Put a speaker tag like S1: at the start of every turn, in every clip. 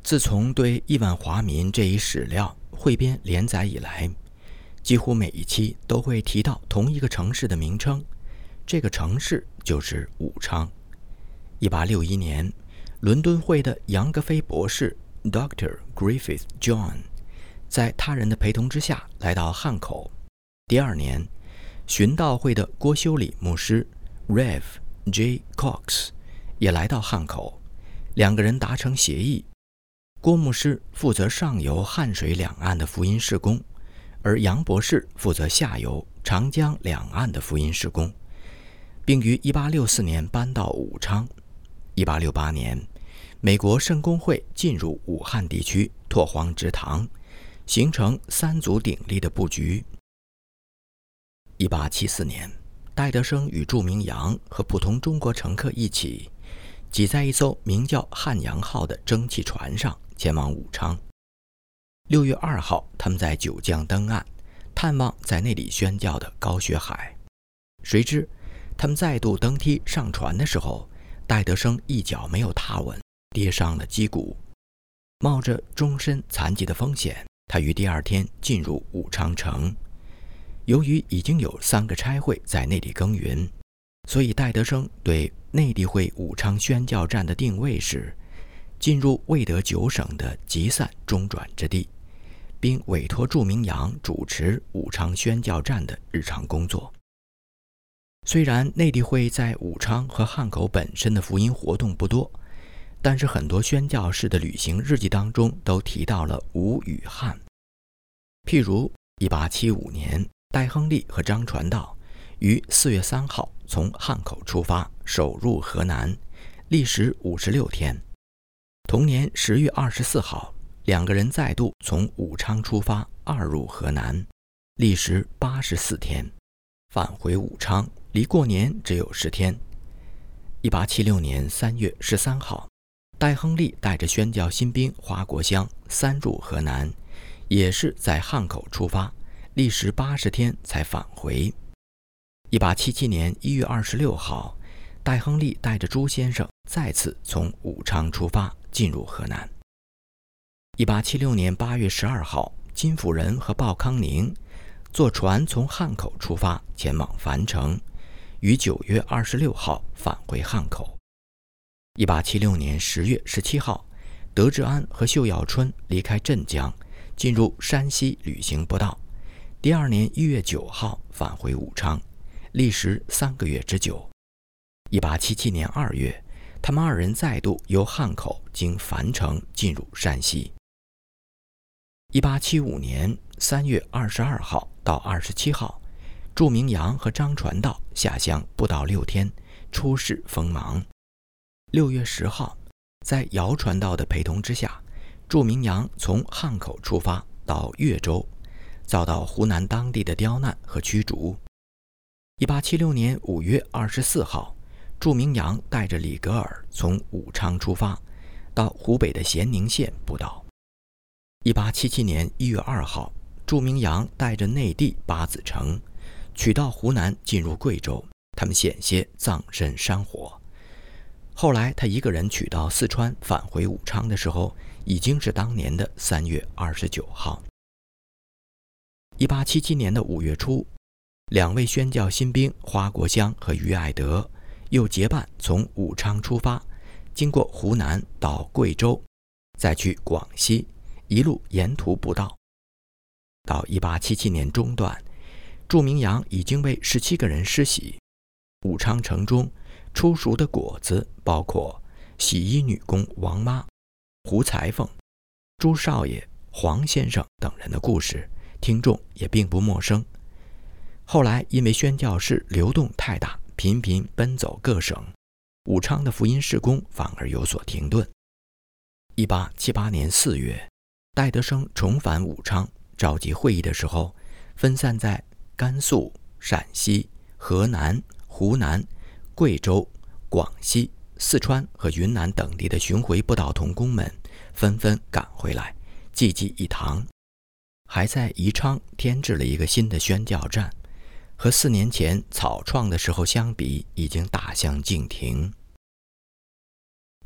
S1: 自从对亿万华民这一史料汇编连载以来，几乎每一期都会提到同一个城市的名称，这个城市就是武昌。1861年，伦敦会的杨格菲博士 Dr. Griffith John 在他人的陪同之下来到汉口。第二年，寻道会的郭修礼牧师 Rev. J. Cox 也来到汉口，两个人达成协议，郭牧师负责上游汉水两岸的福音事工，而杨博士负责下游长江两岸的福音事工，并于1864年搬到武昌。1868年，美国圣公会进入武汉地区拓荒植堂，形成三足鼎立的布局。1874年，戴德生与祝明阳和普通中国乘客一起挤在一艘名叫汉阳号的蒸汽船上前往武昌。6月2号，他们在九江登岸，探望在那里宣教的高学海。谁知他们再度登梯上船的时候，戴德生一脚没有踏稳，跌伤了击骨。冒着终身残疾的风险，他于第二天进入武昌城。由于已经有3个差会在内地耕耘，所以戴德生对内地会武昌宣教站的定位是进入魏德9省的集散中转之地，并委托祝明阳主持武昌宣教站的日常工作。虽然内地会在武昌和汉口本身的福音活动不多，但是很多宣教士的旅行日记当中都提到了武与汉。譬如1875年，戴亨利和张传道于4月3号从汉口出发，首入河南，历时56天。同年10月24号，两个人再度从武昌出发，二入河南，历时84天，返回武昌离过年只有10天。1876年3月13号，戴亨利带着宣教新兵花国香三入河南，也是在汉口出发，历时80天才返回。1877年1月26号，戴亨利带着朱先生再次从武昌出发，进入河南。1876年8月12号，金辅仁和鲍康宁坐船从汉口出发，前往樊城，于9月26号返回汉口。1876年10月17号，德志安和秀耀春离开镇江，进入山西旅行不到。第二年1月9号返回武昌，历时3个月之久。1877年2月，他们二人再度由汉口经樊城进入山西。1875年3月22号到27号，祝明阳和张传道下乡不到6天，出事锋芒。6月10号，在姚传道的陪同之下，祝明阳从汉口出发到岳州，遭到湖南当地的刁难和驱逐。1876年5月24号，祝明阳带着李格尔从武昌出发，到湖北的咸宁县布道。1877年1月2号，祝明阳带着内地八子城取到湖南，进入贵州，他们险些葬身山火。后来他一个人取到四川，返回武昌的时候，已经是当年的3月29号。1877年的5月初，两位宣教新兵花国香和于爱德又结伴从武昌出发，经过湖南到贵州，再去广西，一路沿途布道。到1877年中段，祝明阳已经为17个人施洗。武昌城中出熟的果子包括洗衣女工王妈、胡裁缝、朱少爷、黄先生等人的故事，听众也并不陌生。后来因为宣教士流动太大，频频奔走各省，武昌的福音事工反而有所停顿。1878年4月，戴德生重返武昌，召集会议的时候，分散在甘肃、陕西、河南、湖南、贵州、广西、四川和云南等地的巡回布道同工们纷纷赶回来，济济一堂，还在宜昌添置了一个新的宣教站，和4年前草创的时候相比，已经大相径庭。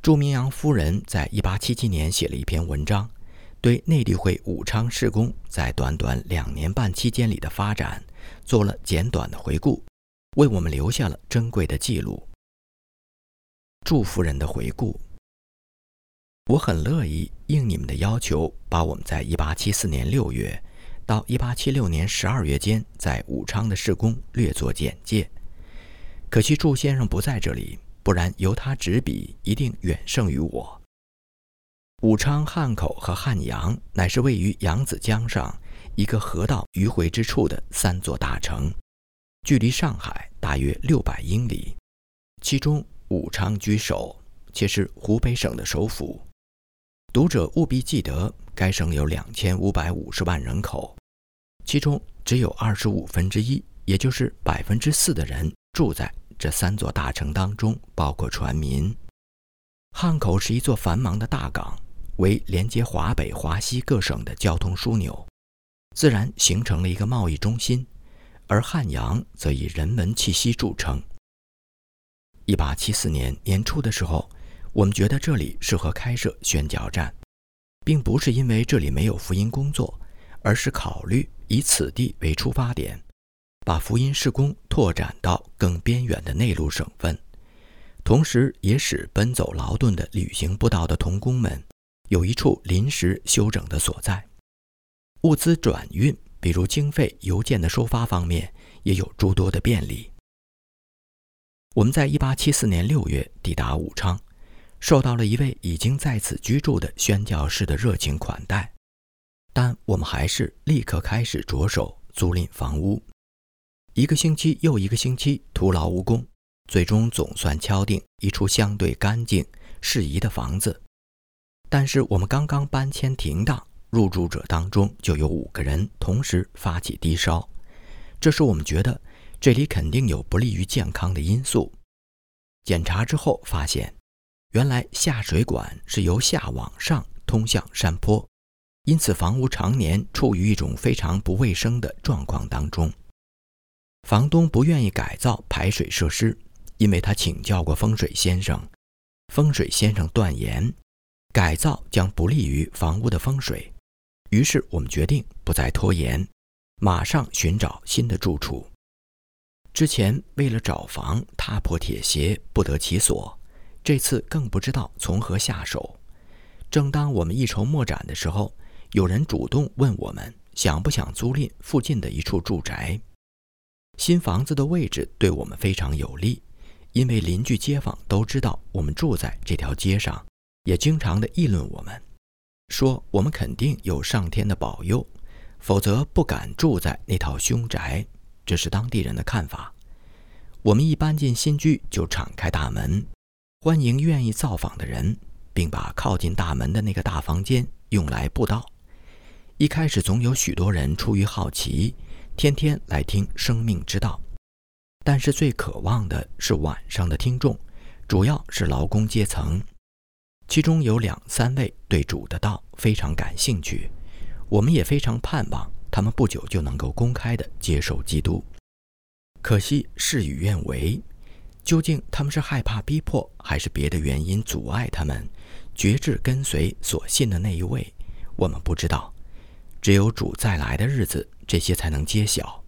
S1: 祝明阳夫人在1877年写了一篇文章，对内地会武昌市工在短短2年半期间里的发展做了简短的回顾，为我们留下了珍贵的记录。祝夫人的回顾：我很乐意应你们的要求，把我们在1874年6月到1876年12月间在武昌的事工略作简介。可惜祝先生不在这里，不然由他执笔一定远胜于我。武昌、汉口和汉阳乃是位于扬子江上一个河道迂回之处的3座大城，距离上海大约600英里，其中武昌居首，且是湖北省的首府。读者务必记得，该省有2550万人口，其中只有1/25，也就是4%的人住在这3座大城当中，包括船民。汉口是一座繁忙的大港，为连接华北、华西各省的交通枢纽，自然形成了一个贸易中心，而汉阳则以人文气息著称。1874年年初的时候，我们觉得这里适合开设宣教站，并不是因为这里没有福音工作，而是考虑以此地为出发点，把福音事工拓展到更边远的内陆省份，同时也使奔走劳顿的旅行不到的同工们有一处临时休整的所在。物资转运，比如经费、邮件的收发方面，也有诸多的便利。我们在1874年6月抵达武昌，受到了一位已经在此居住的宣教士的热情款待，但我们还是立刻开始着手租赁房屋。1个星期又1个星期，徒劳无功，最终总算敲定一处相对干净、适宜的房子。但是我们刚刚搬迁停当，入住者当中就有5个人同时发起低烧，这使我们觉得这里肯定有不利于健康的因素。检查之后发现，原来下水管是由下往上通向山坡，因此房屋常年处于一种非常不卫生的状况当中。房东不愿意改造排水设施，因为他请教过风水先生，风水先生断言改造将不利于房屋的风水。于是我们决定不再拖延，马上寻找新的住处。之前为了找房踏破铁鞋不得其所，这次更不知道从何下手。正当我们一筹莫展的时候，有人主动问我们想不想租赁附近的一处住宅。新房子的位置对我们非常有利，因为邻居街坊都知道我们住在这条街上，也经常的议论我们，说我们肯定有上天的保佑，否则不敢住在那套凶宅，这是当地人的看法。我们一搬进新居就敞开大门，欢迎愿意造访的人，并把靠近大门的那个大房间用来布道。一开始总有许多人出于好奇，天天来听生命之道，但是最渴望的是晚上的听众，主要是劳工阶层，其中有2-3位对主的道非常感兴趣，我们也非常盼望他们不久就能够公开地接受基督。可惜事与愿违，究竟他们是害怕逼迫，还是别的原因阻碍他们决志跟随所信的那一位，我们不知道。只有主再来的日子，这些才能揭晓。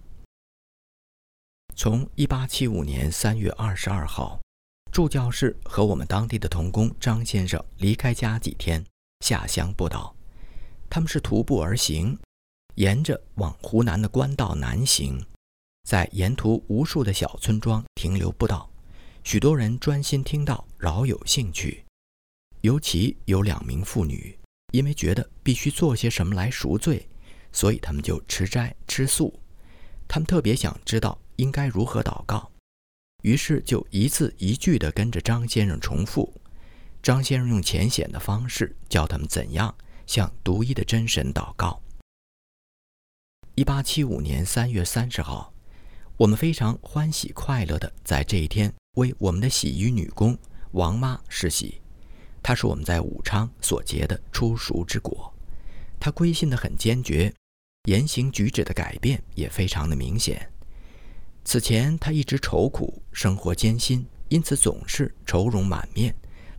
S1: 从1875年3月22号，祝教士和我们当地的同工张先生离开家几天，下乡布道。他们是徒步而行，沿着往湖南的官道南行，在沿途无数的小村庄停留布道，许多人专心听道，饶有兴趣。尤其有2名妇女，因为觉得必须做些什么来赎罪，所以他们就吃斋吃素。他们特别想知道应该如何祷告，于是就一字一句地跟着张先生重复。张先生用浅显的方式教他们怎样向独一的真神祷告。1875年3月30号，我们非常欢喜快乐地在这一天为我们的洗衣女工王妈施洗。她是我们在武昌所结的初熟之果。她归信得很坚决，言行举止的改变也非常的明显。此前她一直愁苦，生活艰辛，因此总是愁容满面，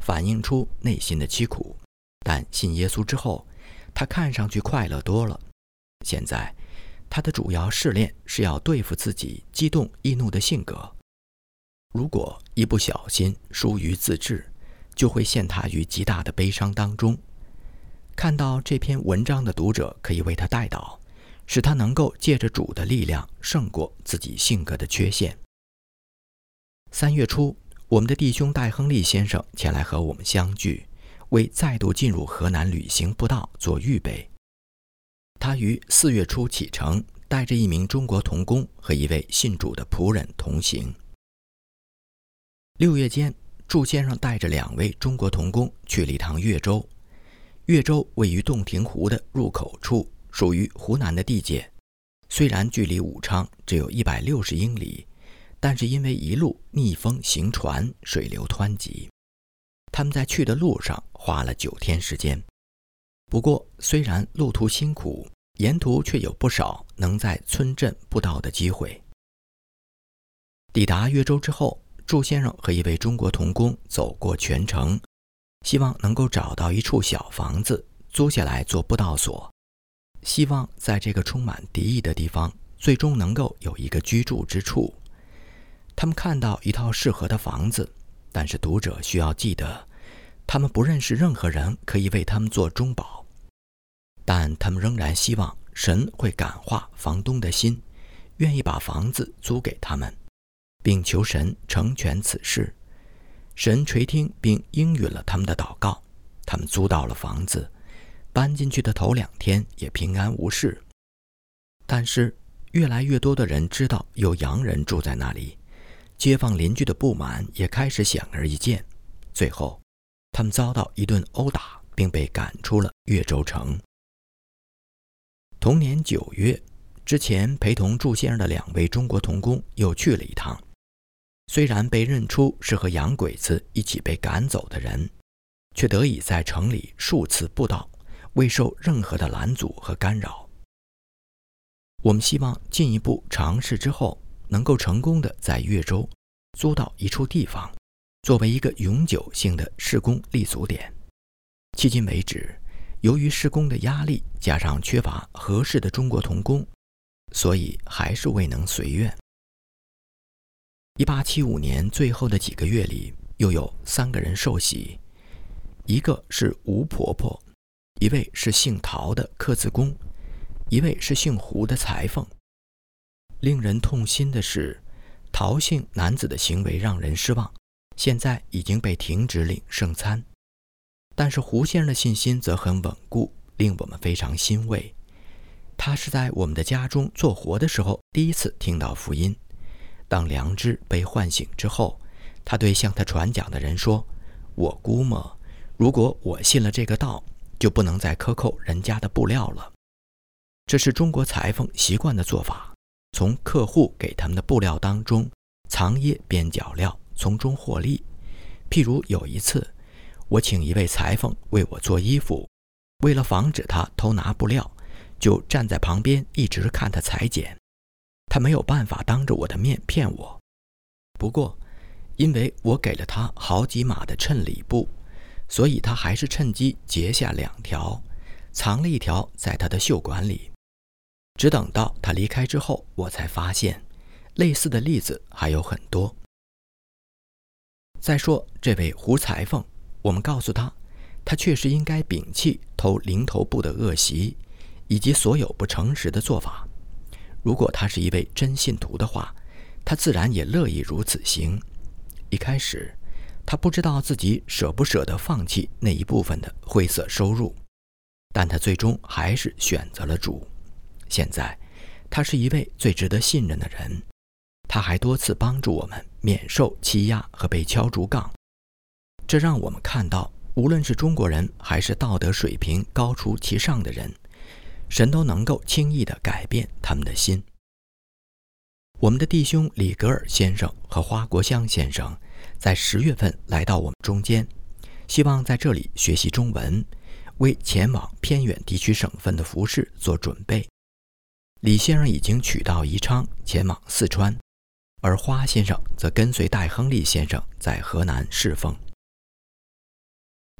S1: 反映出内心的凄苦。但信耶稣之后，他看上去快乐多了。现在他的主要试炼是要对付自己激动易怒的性格。如果一不小心疏于自制，就会陷他于极大的悲伤当中。看到这篇文章的读者可以为他代祷，使他能够借着主的力量胜过自己性格的缺陷。3月初，我们的弟兄戴亨利先生前来和我们相聚，为再度进入河南旅行布道做预备。他于4月初启程，带着一名中国同工和一位信主的仆人同行。6月间，祝先生带着2位中国同工去了一趟岳州。岳州位于洞庭湖的入口处，属于湖南的地界。虽然距离武昌只有160英里，但是因为一路逆风行船，水流湍急，他们在去的路上花了9天时间。不过虽然路途辛苦，沿途却有不少能在村镇布道的机会。抵达岳州之后，祝先生和一位中国同工走过全城，希望能够找到一处小房子租下来做布道所，希望在这个充满敌意的地方最终能够有一个居住之处。他们看到一套适合的房子，但是读者需要记得，他们不认识任何人可以为他们做中保，但他们仍然希望神会感化房东的心，愿意把房子租给他们，并求神成全此事。神垂听并应允了他们的祷告，他们租到了房子，搬进去的头2天也平安无事。但是越来越多的人知道有洋人住在那里，街坊邻居的不满也开始显而易见。最后他们遭到一顿殴打，并被赶出了岳州城。同年9月，之前陪同祝先生的2位中国同工又去了一趟。虽然被认出是和洋鬼子一起被赶走的人，却得以在城里数次布道，未受任何的拦阻和干扰。我们希望进一步尝试之后，能够成功的在岳州租到一处地方，作为一个永久性的事工立足点。迄今为止，由于施工的压力加上缺乏合适的中国同工，所以还是未能随愿。1875年最后的几个月里，又有3个人受洗，一个是吴婆婆，一位是姓陶的刻字工，一位是姓胡的裁缝。令人痛心的是，陶姓男子的行为让人失望，现在已经被停止领圣餐。但是胡先生的信心则很稳固，令我们非常欣慰。他是在我们的家中做活的时候第一次听到福音。当良知被唤醒之后，他对向他传讲的人说，我估摸，如果我信了这个道，就不能再克扣人家的布料了。这是中国裁缝习惯的做法，从客户给他们的布料当中藏掖边角料，从中获利。譬如有一次，我请一位裁缝为我做衣服，为了防止他偷拿布料，就站在旁边一直看他裁剪。他没有办法当着我的面骗我，不过因为我给了他好几码的衬里布，所以他还是趁机截下2条，藏了1条在他的袖管里。只等到他离开之后，我才发现类似的例子还有很多。再说这位胡裁缝，我们告诉他，他确实应该摒弃偷零头布的恶习，以及所有不诚实的做法。如果他是一位真信徒的话，他自然也乐意如此行。一开始，他不知道自己舍不舍得放弃那一部分的灰色收入，但他最终还是选择了主。现在，他是一位最值得信任的人，他还多次帮助我们免受欺压和被敲竹杠。这让我们看到，无论是中国人还是道德水平高出其上的人，神都能够轻易地改变他们的心。我们的弟兄李格尔先生和花国香先生在10月份来到我们中间，希望在这里学习中文，为前往偏远地区省份的服事做准备。李先生已经取道宜昌，前往四川，而花先生则跟随戴亨利先生在河南侍奉。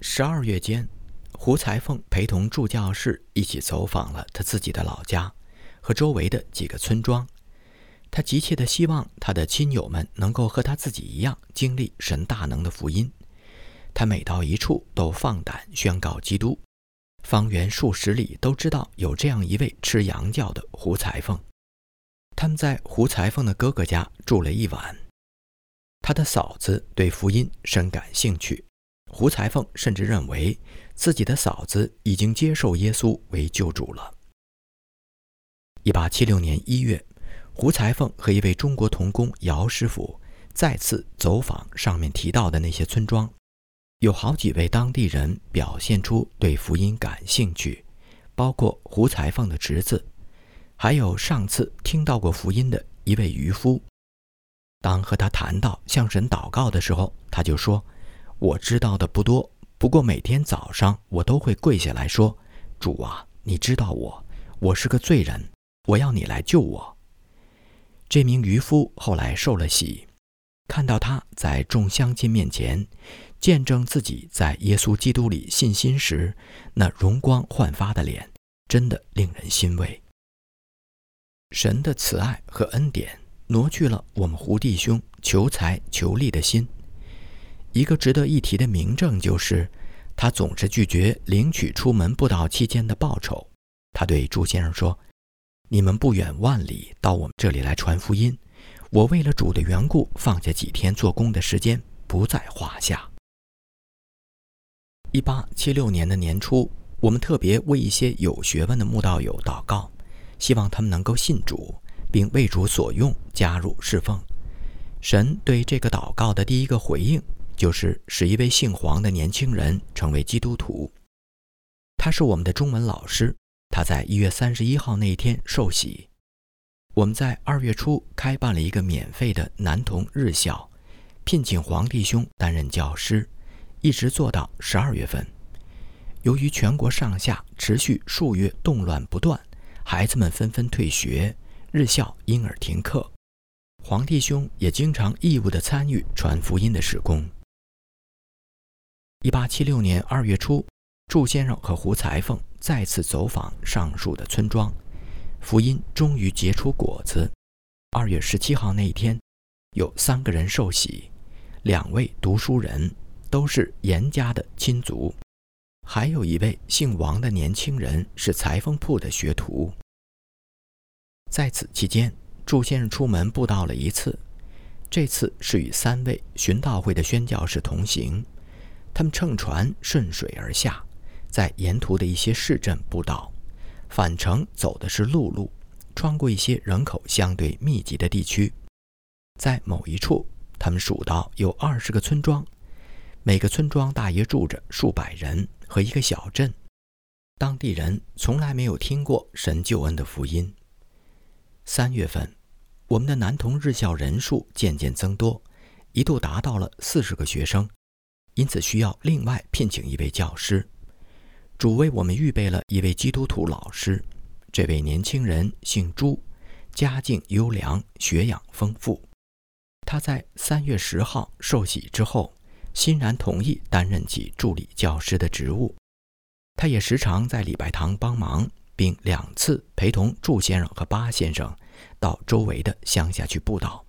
S1: 12月间，胡才凤陪同助教士一起走访了他自己的老家和周围的几个村庄。他急切地希望他的亲友们能够和他自己一样经历神大能的福音。他每到一处都放胆宣告基督，方圆数十里都知道有这样一位吃洋教的胡才凤。他们在胡才凤的哥哥家住了一晚。他的嫂子对福音深感兴趣，胡才凤甚至认为自己的嫂子已经接受耶稣为救主了。1876年1月，胡才凤和一位中国童工姚师傅再次走访上面提到的那些村庄，有好几位当地人表现出对福音感兴趣，包括胡才凤的侄子，还有上次听到过福音的一位渔夫。当和他谈到向神祷告的时候，他就说，我知道的不多，不过每天早上我都会跪下来说，主啊，你知道我是个罪人，我要你来救我。这名渔夫后来受了洗，看到他在众乡亲面前见证自己在耶稣基督里信心时那容光焕发的脸，真的令人欣慰。神的慈爱和恩典挪去了我们胡弟兄求财求利的心。一个值得一提的明证就是，他总是拒绝领取出门布道期间的报酬。他对朱先生说，你们不远万里到我们这里来传福音，我为了主的缘故放下几天做工的时间不在话下。1876年的年初，我们特别为一些有学问的慕道友祷告，希望他们能够信主，并为主所用，加入侍奉。神对这个祷告的第一个回应，就是使一位姓黄的年轻人成为基督徒。他是我们的中文老师，他在1月31号那一天受洗。我们在2月初开办了一个免费的男童日校，聘请黄弟兄担任教师，一直做到12月份。由于全国上下持续数月动乱不断，孩子们纷纷退学，日校因而停课。黄弟兄也经常义务地参与传福音的事工。1876年2月初，祝先生和胡才凤再次走访上述的村庄，福音终于结出果子。2月17号那一天，有3个人受洗，2位读书人，都是严家的亲族，还有一位姓王的年轻人是裁缝铺的学徒。在此期间，祝先生出门布道了一次，这次是与3位寻道会的宣教士同行。他们乘船顺水而下，在沿途的一些市镇布道，返程走的是陆路，穿过一些人口相对密集的地区。在某一处，他们数到有20个村庄，每个村庄大约住着数百人和一个小镇，当地人从来没有听过神救恩的福音。3月份，我们的男童日校人数渐渐增多，一度达到了40个学生，因此需要另外聘请一位教师。主为我们预备了一位基督徒老师，这位年轻人姓朱，家境优良，学养丰富。他在3月10号受洗之后，欣然同意担任起助理教师的职务。他也时常在礼拜堂帮忙，并2次陪同祝先生和巴先生到周围的乡下去布道。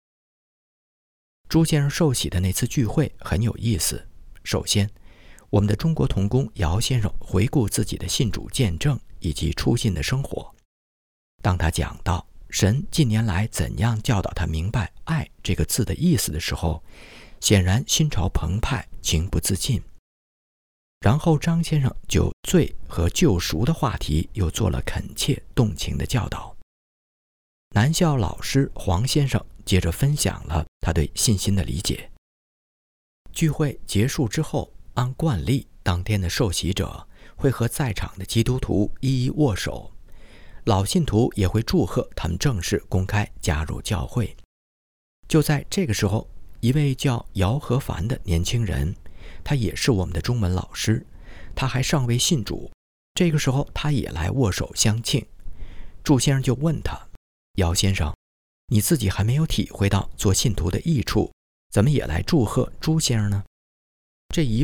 S1: 朱先生受洗的那次聚会很有意思。首先，我们的中国童工姚先生回顾自己的信主见证以及初信的生活。当他讲到神近年来怎样教导他明白爱这个字的意思的时候，显然心潮澎湃，情不自禁。然后张先生就罪和救赎的话题又做了恳切动情的教导。男校老师黄先生接着分享了他对信心的理解。聚会结束之后，按惯例，当天的受洗者会和在场的基督徒一一握手，老信徒也会祝贺他们正式公开加入教会。就在这个时候，一位叫姚和凡的年轻人，他也是我们的中文老师，他还尚未信主，这个时候他也来握手相庆。祝先生就问他，姚先生，你自己还没有体会到做信徒的益处，怎么也来祝贺朱先生呢？这一问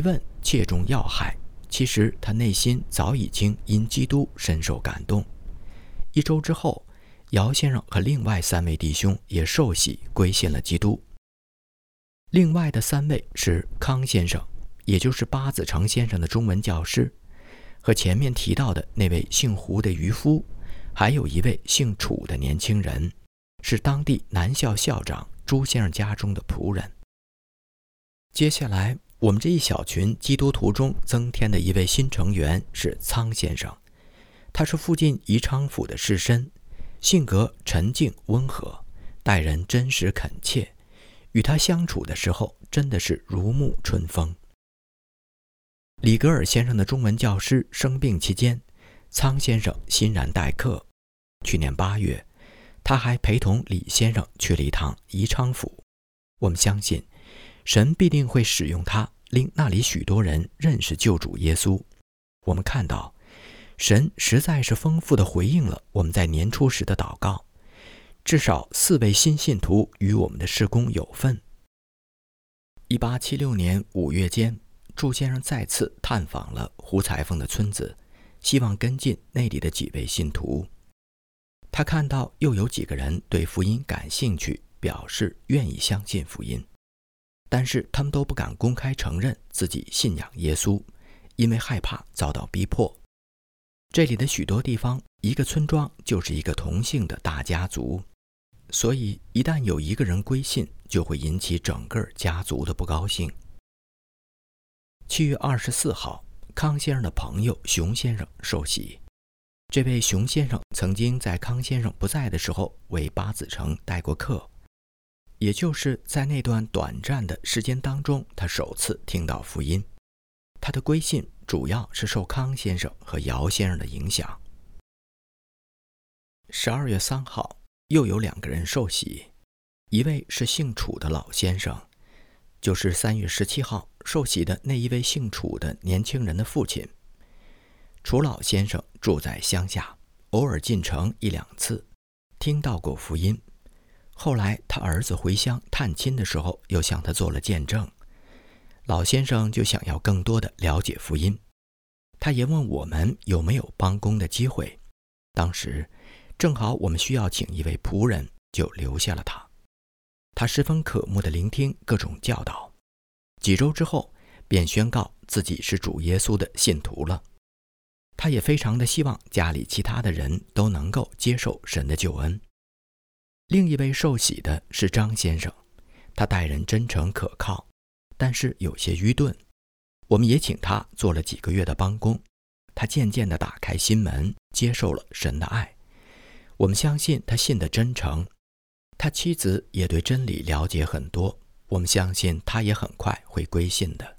S1: 切中要害，其实他内心早已经因基督深受感动。1周之后，姚先生和另外3位弟兄也受洗归信了基督。另外的3位是康先生，也就是八子成先生的中文教师，和前面提到的那位姓胡的渔夫，还有一位姓楚的年轻人，是当地南校校长朱先生家中的仆人。接下来，我们这一小群基督徒中增添的一位新成员是苍先生，他是附近宜昌府的士绅，性格沉静温和，待人真实恳切，与他相处的时候真的是如沐春风。里格尔先生的中文教师生病期间，苍先生欣然待客。去年8月，他还陪同李先生去了一趟宜昌府。我们相信神必定会使用他，令那里许多人认识救主耶稣。我们看到神实在是丰富地回应了我们在年初时的祷告，至少4位新信徒与我们的事工有份。1876年5月间，祝先生再次探访了胡裁缝的村子，希望跟进那里的几位信徒。他看到又有几个人对福音感兴趣，表示愿意相信福音，但是他们都不敢公开承认自己信仰耶稣，因为害怕遭到逼迫。这里的许多地方，一个村庄就是一个同姓的大家族，所以一旦有一个人归信，就会引起整个家族的不高兴。7月24号，康先生的朋友熊先生受洗。这位熊先生曾经在康先生不在的时候为八子成带过课，也就是在那段短暂的时间当中，他首次听到福音。他的归信主要是受康先生和姚先生的影响。12月3号，又有2个人受洗，一位是姓楚的老先生，就是3月17号受洗的那一位姓楚的年轻人的父亲。楚老先生住在乡下，偶尔进城1-2次，听到过福音。后来他儿子回乡探亲的时候，又向他做了见证。老先生就想要更多的了解福音，他也问我们有没有帮工的机会。当时正好我们需要请一位仆人，就留下了他。他十分渴慕地聆听各种教导，几周之后便宣告自己是主耶稣的信徒了。他也非常的希望家里其他的人都能够接受神的救恩。另一位受洗的是张先生，他待人真诚可靠，但是有些愚钝。我们也请他做了几个月的帮工，他渐渐地打开心门，接受了神的爱。我们相信他信得真诚，他妻子也对真理了解很多，我们相信他也很快会归信的。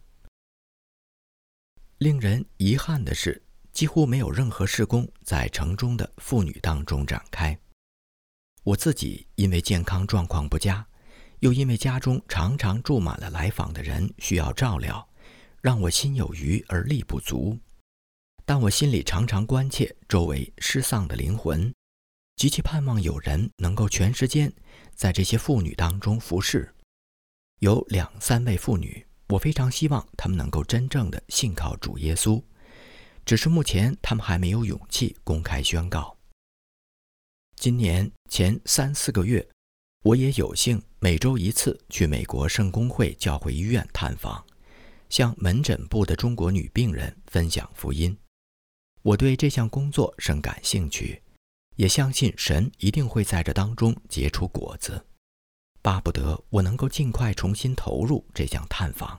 S1: 令人遗憾的是，几乎没有任何事工在城中的妇女当中展开。我自己因为健康状况不佳，又因为家中常常住满了来访的人需要照料，让我心有余而力不足。但我心里常常关切周围失丧的灵魂，极其盼望有人能够全时间在这些妇女当中服侍。有2-3位妇女，我非常希望她们能够真正的信靠主耶稣，只是目前她们还没有勇气公开宣告。今年前3-4个月，我也有幸每周1次去美国圣公会教会医院探访，向门诊部的中国女病人分享福音。我对这项工作甚感兴趣，也相信神一定会在这当中结出果子，巴不得我能够尽快重新投入这项探访。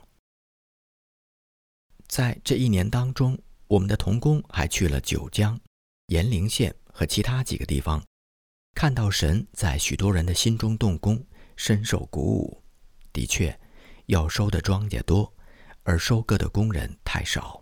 S1: 在这1年当中，我们的同工还去了九江、延陵县和其他几个地方，看到神在许多人的心中动工，深受鼓舞。的确，要收的庄稼多，而收割的工人太少。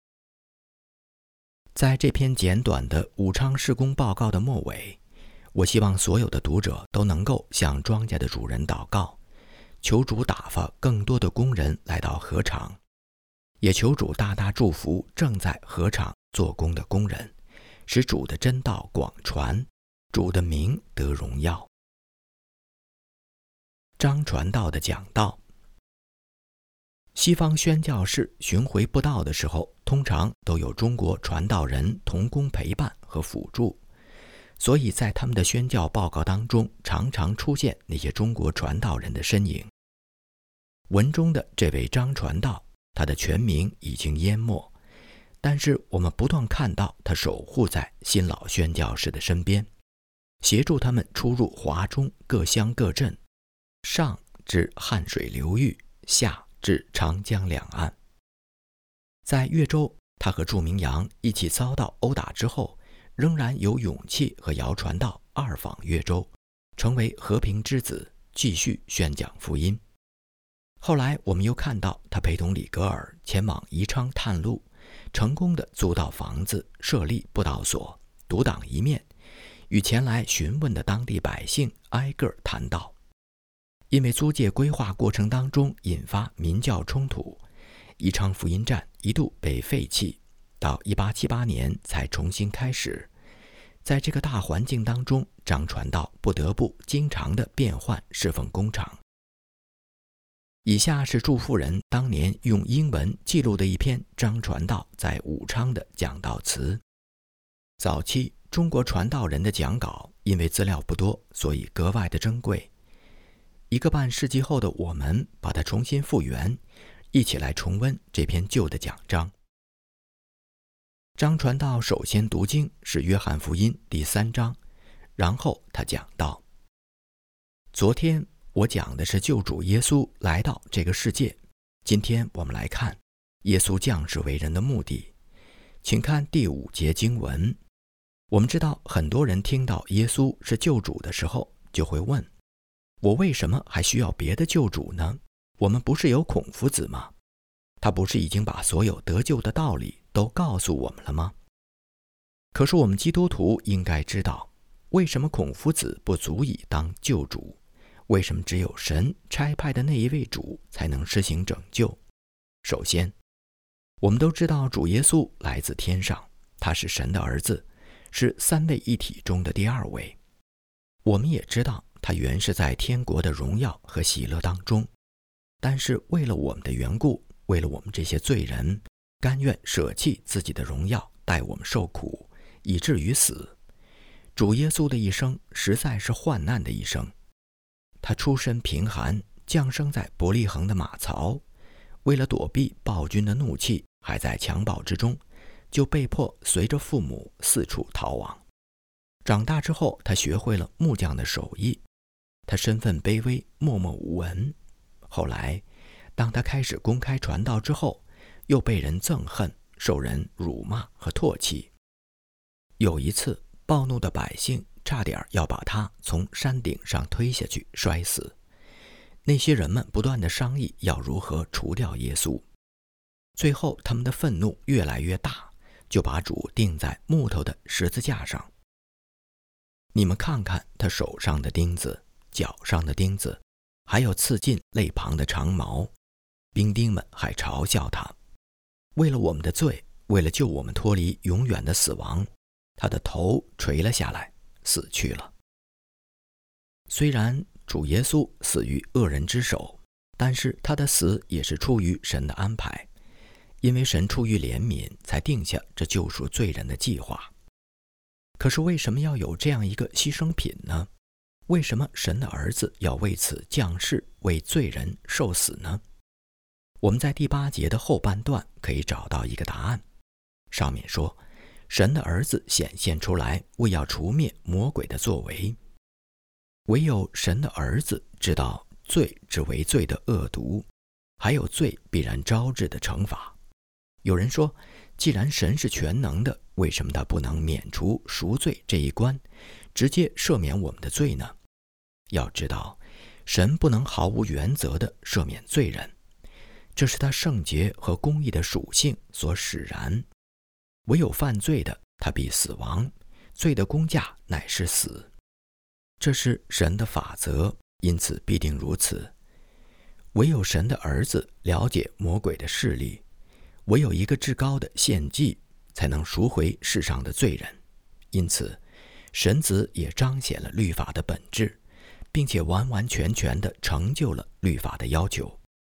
S1: 在这篇简短的武昌事工报告的末尾，我希望所有的读者都能够向庄稼的主人祷告，求主打发更多的工人来到禾场，也求主大大祝福正在禾场做工的工人，使主的真道广传，主的名得荣耀。张传道的讲道。 西方宣教士巡回布道的时候，通常都有中国传道人同工陪伴和辅助，所以在他们的宣教报告当中，常常出现那些中国传道人的身影。文中的这位张传道，他的全名已经淹没，但是我们不断看到他守护在新老宣教士的身边，协助他们出入华中各乡各镇，上至汉水流域，下至长江两岸。在越州，他和祝明阳一起遭到殴打之后，仍然有勇气和姚传道二访越州，成为和平之子，继续宣讲福音。后来我们又看到他陪同李格尔前往宜昌探路，成功地租到房子，设立布道所，独当一面，与前来询问的当地百姓挨个谈道。因为租界规划过程当中引发民教冲突，宜昌福音站一度被废弃，到1878年才重新开始。在这个大环境当中，张传道不得不经常地变换侍奉工场。以下是祝夫人当年用英文记录的一篇张传道在武昌的讲道词。早期中国传道人的讲稿因为资料不多，所以格外的珍贵。1个半世纪后的我们把它重新复原，一起来重温这篇旧的讲章。张传道首先读经是约翰福音第3章，然后他讲道：昨天我讲的是救主耶稣来到这个世界，今天我们来看耶稣降世为人的目的。请看第5节经文。我们知道很多人听到耶稣是救主的时候，就会问，我为什么还需要别的救主呢？我们不是有孔夫子吗？他不是已经把所有得救的道理都告诉我们了吗？可是我们基督徒应该知道，为什么孔夫子不足以当救主？为什么只有神差派的那一位主才能施行拯救？首先，我们都知道主耶稣来自天上，他是神的儿子，是3位一体中的第2位。我们也知道他原是在天国的荣耀和喜乐当中，但是为了我们的缘故，为了我们这些罪人，甘愿舍弃自己的荣耀，带我们受苦，以至于死。主耶稣的一生实在是患难的一生。他出身贫寒，降生在伯利恒的马槽，为了躲避暴君的怒气，还在襁褓之中，就被迫随着父母四处逃亡。长大之后，他学会了木匠的手艺，他身份卑微，默默无闻。后来当他开始公开传道之后，又被人憎恨，受人辱骂和唾弃。有一次，暴怒的百姓差点要把他从山顶上推下去摔死。那些人们不断地商议要如何除掉耶稣。最后他们的愤怒越来越大，就把主钉在木头的十字架上。你们看看他手上的钉子，脚上的钉子，还有刺进肋旁的长矛。兵丁们还嘲笑他，为了我们的罪，为了救我们脱离永远的死亡，他的头垂了下来，死去了。虽然主耶稣死于恶人之手，但是他的死也是出于神的安排，因为神出于怜悯才定下这救赎罪人的计划。可是为什么要有这样一个牺牲品呢？为什么神的儿子要为此降世，为罪人受死呢？我们在第8节的后半段可以找到一个答案。上面说，神的儿子显现出来，为要除灭魔鬼的作为。唯有神的儿子知道罪之为罪的恶毒，还有罪必然招致的惩罚。有人说，既然神是全能的，为什么他不能免除赎罪这一关，直接赦免我们的罪呢？要知道，神不能毫无原则地赦免罪人，这是他圣洁和公义的属性所使然。唯有犯罪的，他必死亡，罪的工价乃是死。这是神的法则，因此必定如此。唯有神的儿子了解魔鬼的势力，唯有一个至高的献祭才能赎回世上的罪人。因此神子也彰显了律法的本质，并且完完全全地成就了律法的要求。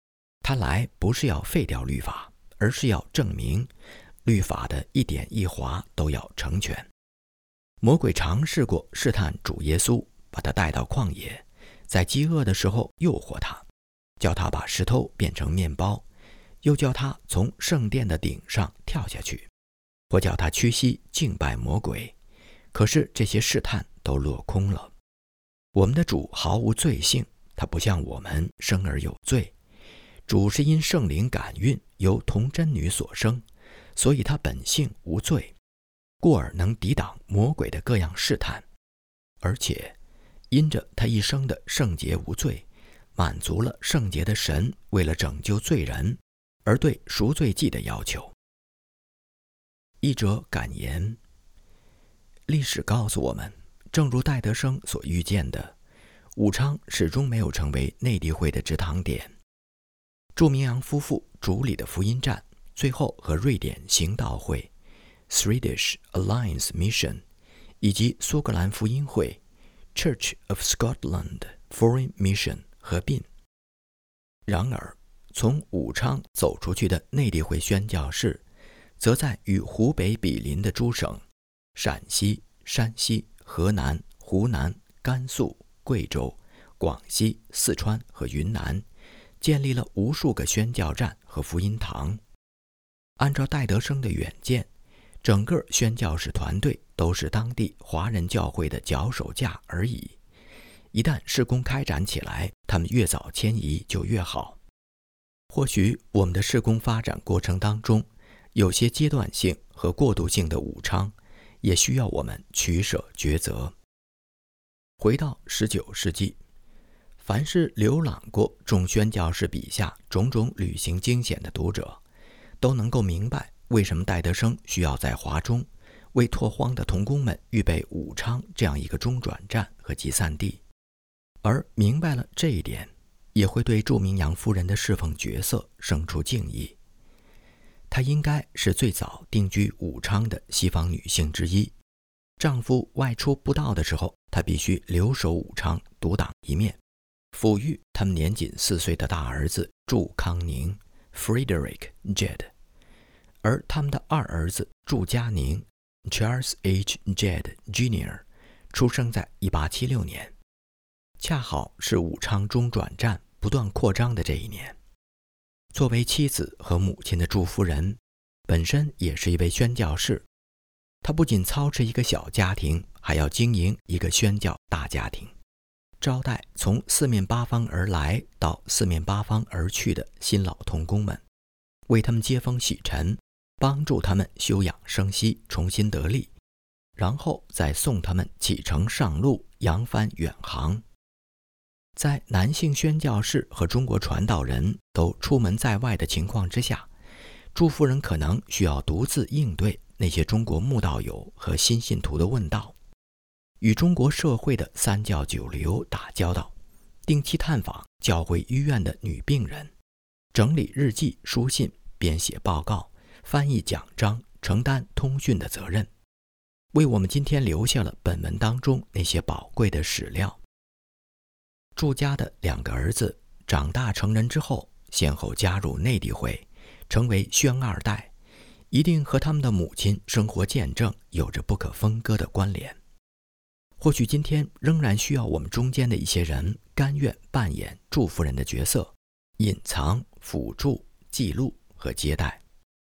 S1: 他来不是要废掉律法，而是要证明律法的一点一划都要成全。魔鬼尝试过试探主耶稣，把他带到旷野，在饥饿的时候诱惑他，叫他把石头变成面包，又叫他从圣殿的顶上跳下去，或叫他屈膝敬拜魔鬼。可是这些试探都落空了。我们的主毫无罪性，他不像我们生而有罪。主是因圣灵感孕，由童贞女所生，所以他本性无罪，故而能抵挡魔鬼的各样试探，而且因着他一生的圣洁无罪，满足了圣洁的神为了拯救罪人而对赎罪祭的要求。译者感言：历史告诉我们，正如戴德生所预见的，武昌始终没有成为内地会的直堂点。祝明阳夫妇主理的福音站，最后和瑞典行道会 Swedish Alliance Mission 以及苏格兰福音会 Church of Scotland Foreign Mission 合并。然而，从武昌走出去的内地会宣教士，则在与湖北毗邻的诸省陕西、山西、河南、湖南、甘肃、贵州、广西、四川和云南建立了无数个宣教站和福音堂。按照戴德生的远见，整个宣教士团队都是当地华人教会的脚手架而已。一旦事工开展起来，他们越早迁移就越好。或许我们的事工发展过程当中，有些阶段性和过渡性的武昌，也需要我们取舍抉择。回到19世纪，凡是浏览过众宣教士笔下种种旅行惊险的读者，都能够明白为什么戴德生需要在华中为拓荒的同工们预备武昌这样一个中转站和集散地。而明白了这一点，也会对祝明阳夫人的侍奉角色生出敬意。她应该是最早定居武昌的西方女性之一。丈夫外出布道的时候，她必须留守武昌独当一面，抚育他们年仅4岁的大儿子祝康宁 Frederick Jed， 而他们的二儿子祝嘉宁 Charles H. Jed Jr. 出生在1876年，恰好是武昌中转站不断扩张的这一年。作为妻子和母亲的祝夫人，本身也是一位宣教士。她不仅操持一个小家庭，还要经营一个宣教大家庭，招待从四面八方而来到四面八方而去的新老同工们，为他们接风洗尘，帮助他们休养生息，重新得力，然后再送他们启程上路，扬帆远航。在男性宣教士和中国传道人都出门在外的情况之下，祝夫人可能需要独自应对那些中国慕道友和新信徒的问道，与中国社会的三教九流打交道，定期探访教会医院的女病人，整理日记书信，编写报告，翻译讲章，承担通讯的责任，为我们今天留下了本文当中那些宝贵的史料。祝家的2个儿子长大成人之后，先后加入内地会，成为宣二代，一定和他们的母亲生活见证有着不可分割的关联。或许今天仍然需要我们中间的一些人甘愿扮演祝夫人的角色，隐藏、辅助、记录和接待。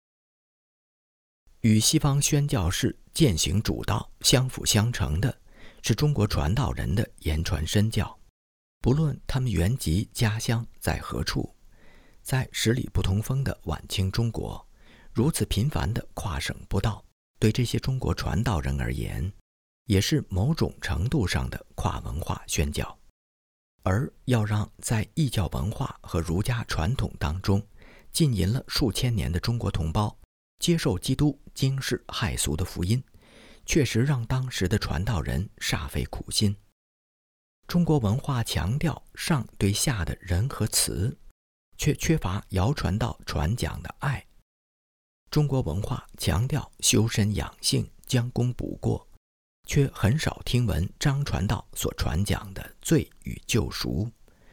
S1: 与西方宣教士践行主道相辅相成的是中国传道人的言传身教。不论他们原籍家乡在何处，在十里不同风的晚清中国，如此频繁的跨省布道，对这些中国传道人而言，也是某种程度上的跨文化宣教。而要让在异教文化和儒家传统当中浸淫了数千年的中国同胞接受基督惊世骇俗的福音，确实让当时的传道人煞费苦心。中国文化强调上对下的人和词，却缺乏谣传道传讲的爱。中国文化强调修身养性、将功补过，却很少听闻张传道所传讲的罪与救赎。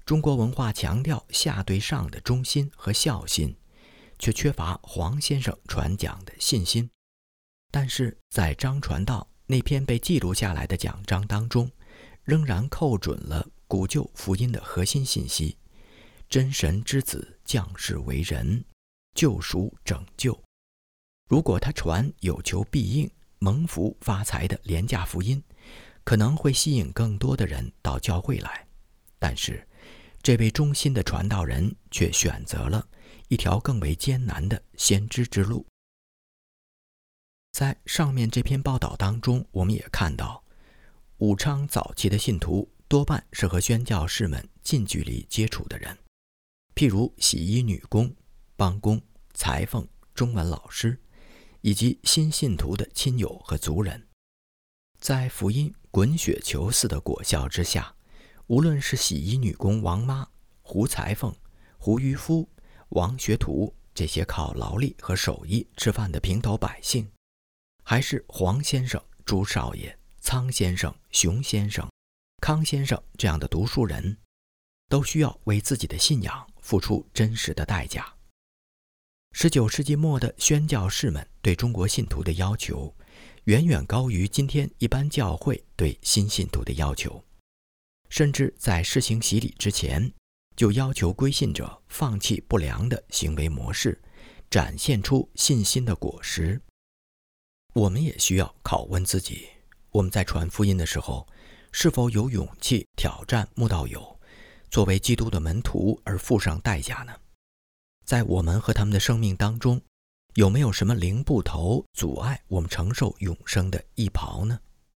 S1: 中国文化强调下对上的忠心和孝心，却缺乏黄先生传讲的信心。但是在张传道那篇被记录下来的讲章当中，仍然扣准了古旧福音的核心信息：真神之子降世为人，救赎拯救。如果他传有求必应、蒙福发财的廉价福音，可能会吸引更多的人到教会来。但是这位忠心的传道人却选择了一条更为艰难的先知之路。在上面这篇报道当中，我们也看到武昌早期的信徒多半是和宣教士们近距离接触的人，譬如洗衣女工、帮工、裁缝、中文老师，以及新信徒的亲友和族人。在福音滚雪球似的果效之下，无论是洗衣女工王妈、胡裁缝、胡渔夫、王学徒这些靠劳力和手艺吃饭的平头百姓，还是黄先生、朱少爷、苍先生、熊先生、康先生这样的读书人，都需要为自己的信仰付出真实的代价。19世纪末的宣教士们对中国信徒的要求，远远高于今天一般教会对新信徒的要求，甚至在施行洗礼之前，就要求归信者放弃不良的行为模式，展现出信心的果实。我们也需要拷问自己，我们在传福音的时候，是否有勇气挑战慕道友，作为基督的门徒而付上代价呢？在我们和他们的生命当中，有没有什么灵布头阻碍我们承受永生的义袍呢？